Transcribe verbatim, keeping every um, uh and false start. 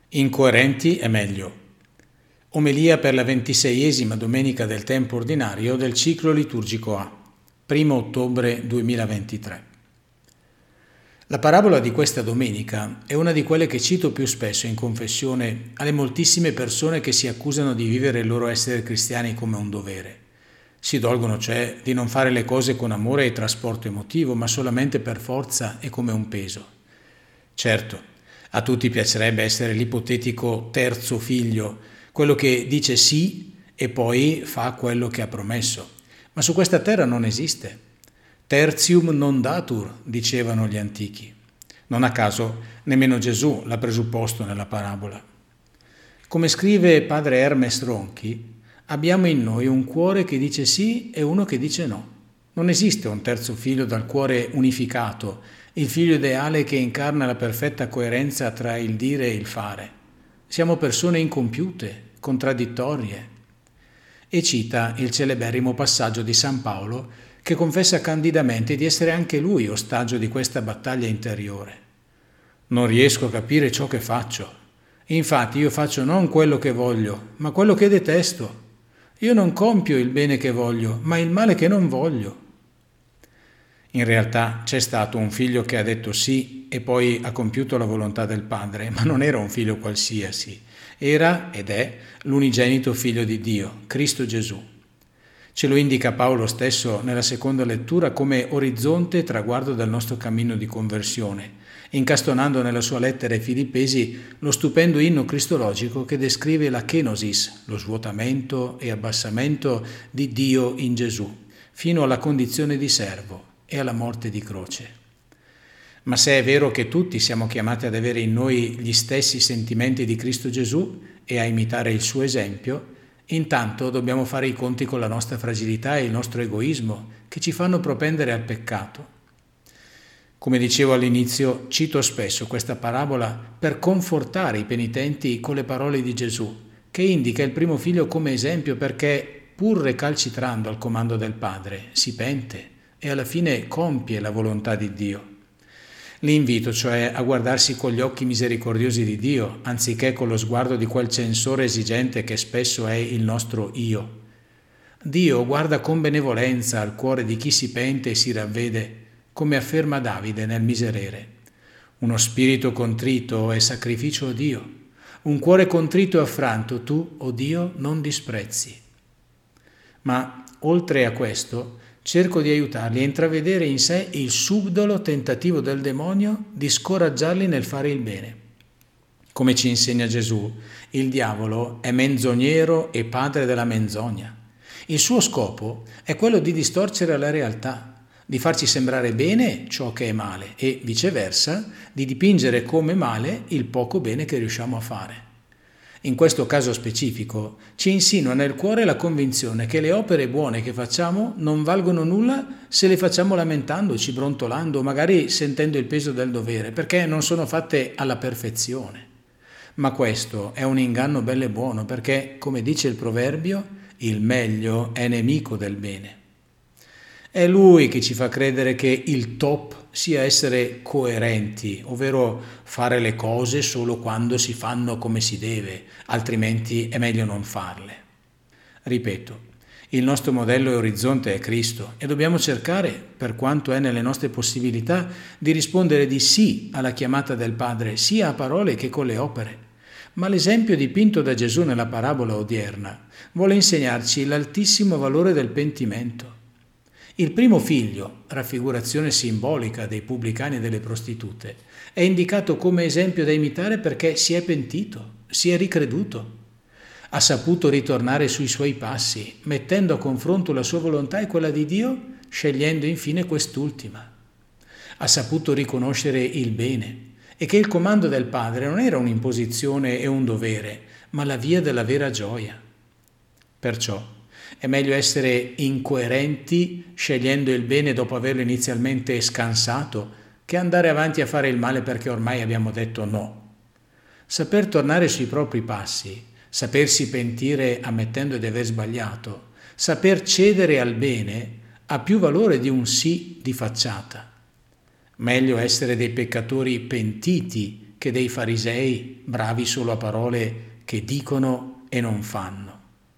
Incoerenti è meglio. Omelia per la ventiseiesima domenica del tempo ordinario del ciclo liturgico A, primo ottobre duemilaventitré. La parabola di questa domenica è una di quelle che cito più spesso in confessione alle moltissime persone che si accusano di vivere il loro essere cristiani come un dovere. Si dolgono cioè di non fare le cose con amore e trasporto emotivo, ma solamente per forza e come un peso. Certo, a tutti piacerebbe essere l'ipotetico terzo figlio, quello che dice sì e poi fa quello che ha promesso. Ma su questa terra non esiste. Tertium non datur, dicevano gli antichi. Non a caso nemmeno Gesù l'ha presupposto nella parabola. Come scrive padre Hermes Ronchi, abbiamo in noi un cuore che dice sì e uno che dice no. Non esiste un terzo figlio dal cuore unificato, il figlio ideale che incarna la perfetta coerenza tra il dire e il fare. Siamo persone incompiute, contraddittorie. E cita il celeberrimo passaggio di San Paolo che confessa candidamente di essere anche lui ostaggio di questa battaglia interiore. Non riesco a capire ciò che faccio. Infatti io faccio non quello che voglio, ma quello che detesto. Io non compio il bene che voglio, ma il male che non voglio. In realtà c'è stato un figlio che ha detto sì e poi ha compiuto la volontà del padre, ma non era un figlio qualsiasi. Era ed è l'unigenito figlio di Dio, Cristo Gesù. Ce lo indica Paolo stesso nella seconda lettura come orizzonte e traguardo del nostro cammino di conversione, incastonando nella sua lettera ai Filippesi lo stupendo inno cristologico che descrive la kenosis, lo svuotamento e abbassamento di Dio in Gesù, fino alla condizione di servo e alla morte di croce. Ma se è vero che tutti siamo chiamati ad avere in noi gli stessi sentimenti di Cristo Gesù e a imitare il suo esempio, intanto dobbiamo fare i conti con la nostra fragilità e il nostro egoismo che ci fanno propendere al peccato. Come dicevo all'inizio, cito spesso questa parabola per confortare i penitenti con le parole di Gesù, che indica il primo figlio come esempio perché, pur recalcitrando al comando del Padre, si pente e alla fine compie la volontà di Dio. L'invito, cioè, a guardarsi con gli occhi misericordiosi di Dio, anziché con lo sguardo di quel censore esigente che spesso è il nostro io. Dio guarda con benevolenza al cuore di chi si pente e si ravvede, come afferma Davide nel Miserere. Uno spirito contrito è sacrificio a Dio. Un cuore contrito e affranto tu, o Dio, non disprezzi. Ma, oltre a questo, cerco di aiutarli a intravedere in sé il subdolo tentativo del demonio di scoraggiarli nel fare il bene. Come ci insegna Gesù, il diavolo è menzognero e padre della menzogna. Il suo scopo è quello di distorcere la realtà, di farci sembrare bene ciò che è male e, viceversa, di dipingere come male il poco bene che riusciamo a fare. In questo caso specifico ci insinua nel cuore la convinzione che le opere buone che facciamo non valgono nulla se le facciamo lamentandoci, brontolando, magari sentendo il peso del dovere, perché non sono fatte alla perfezione. Ma questo è un inganno bello e buono, perché, come dice il proverbio, il meglio è nemico del bene. È lui che ci fa credere che il top sia essere coerenti, ovvero fare le cose solo quando si fanno come si deve, altrimenti è meglio non farle. Ripeto, il nostro modello e orizzonte è Cristo e dobbiamo cercare, per quanto è nelle nostre possibilità, di rispondere di sì alla chiamata del Padre, sia a parole che con le opere. Ma l'esempio dipinto da Gesù nella parabola odierna vuole insegnarci l'altissimo valore del pentimento. Il primo figlio, raffigurazione simbolica dei pubblicani e delle prostitute, è indicato come esempio da imitare perché si è pentito, si è ricreduto. Ha saputo ritornare sui suoi passi, mettendo a confronto la sua volontà e quella di Dio, scegliendo infine quest'ultima. Ha saputo riconoscere il bene e che il comando del Padre non era un'imposizione e un dovere, ma la via della vera gioia. Perciò, è meglio essere incoerenti scegliendo il bene dopo averlo inizialmente scansato che andare avanti a fare il male perché ormai abbiamo detto no. Saper tornare sui propri passi, sapersi pentire ammettendo di aver sbagliato, saper cedere al bene ha più valore di un sì di facciata. Meglio essere dei peccatori pentiti che dei farisei bravi solo a parole che dicono e non fanno.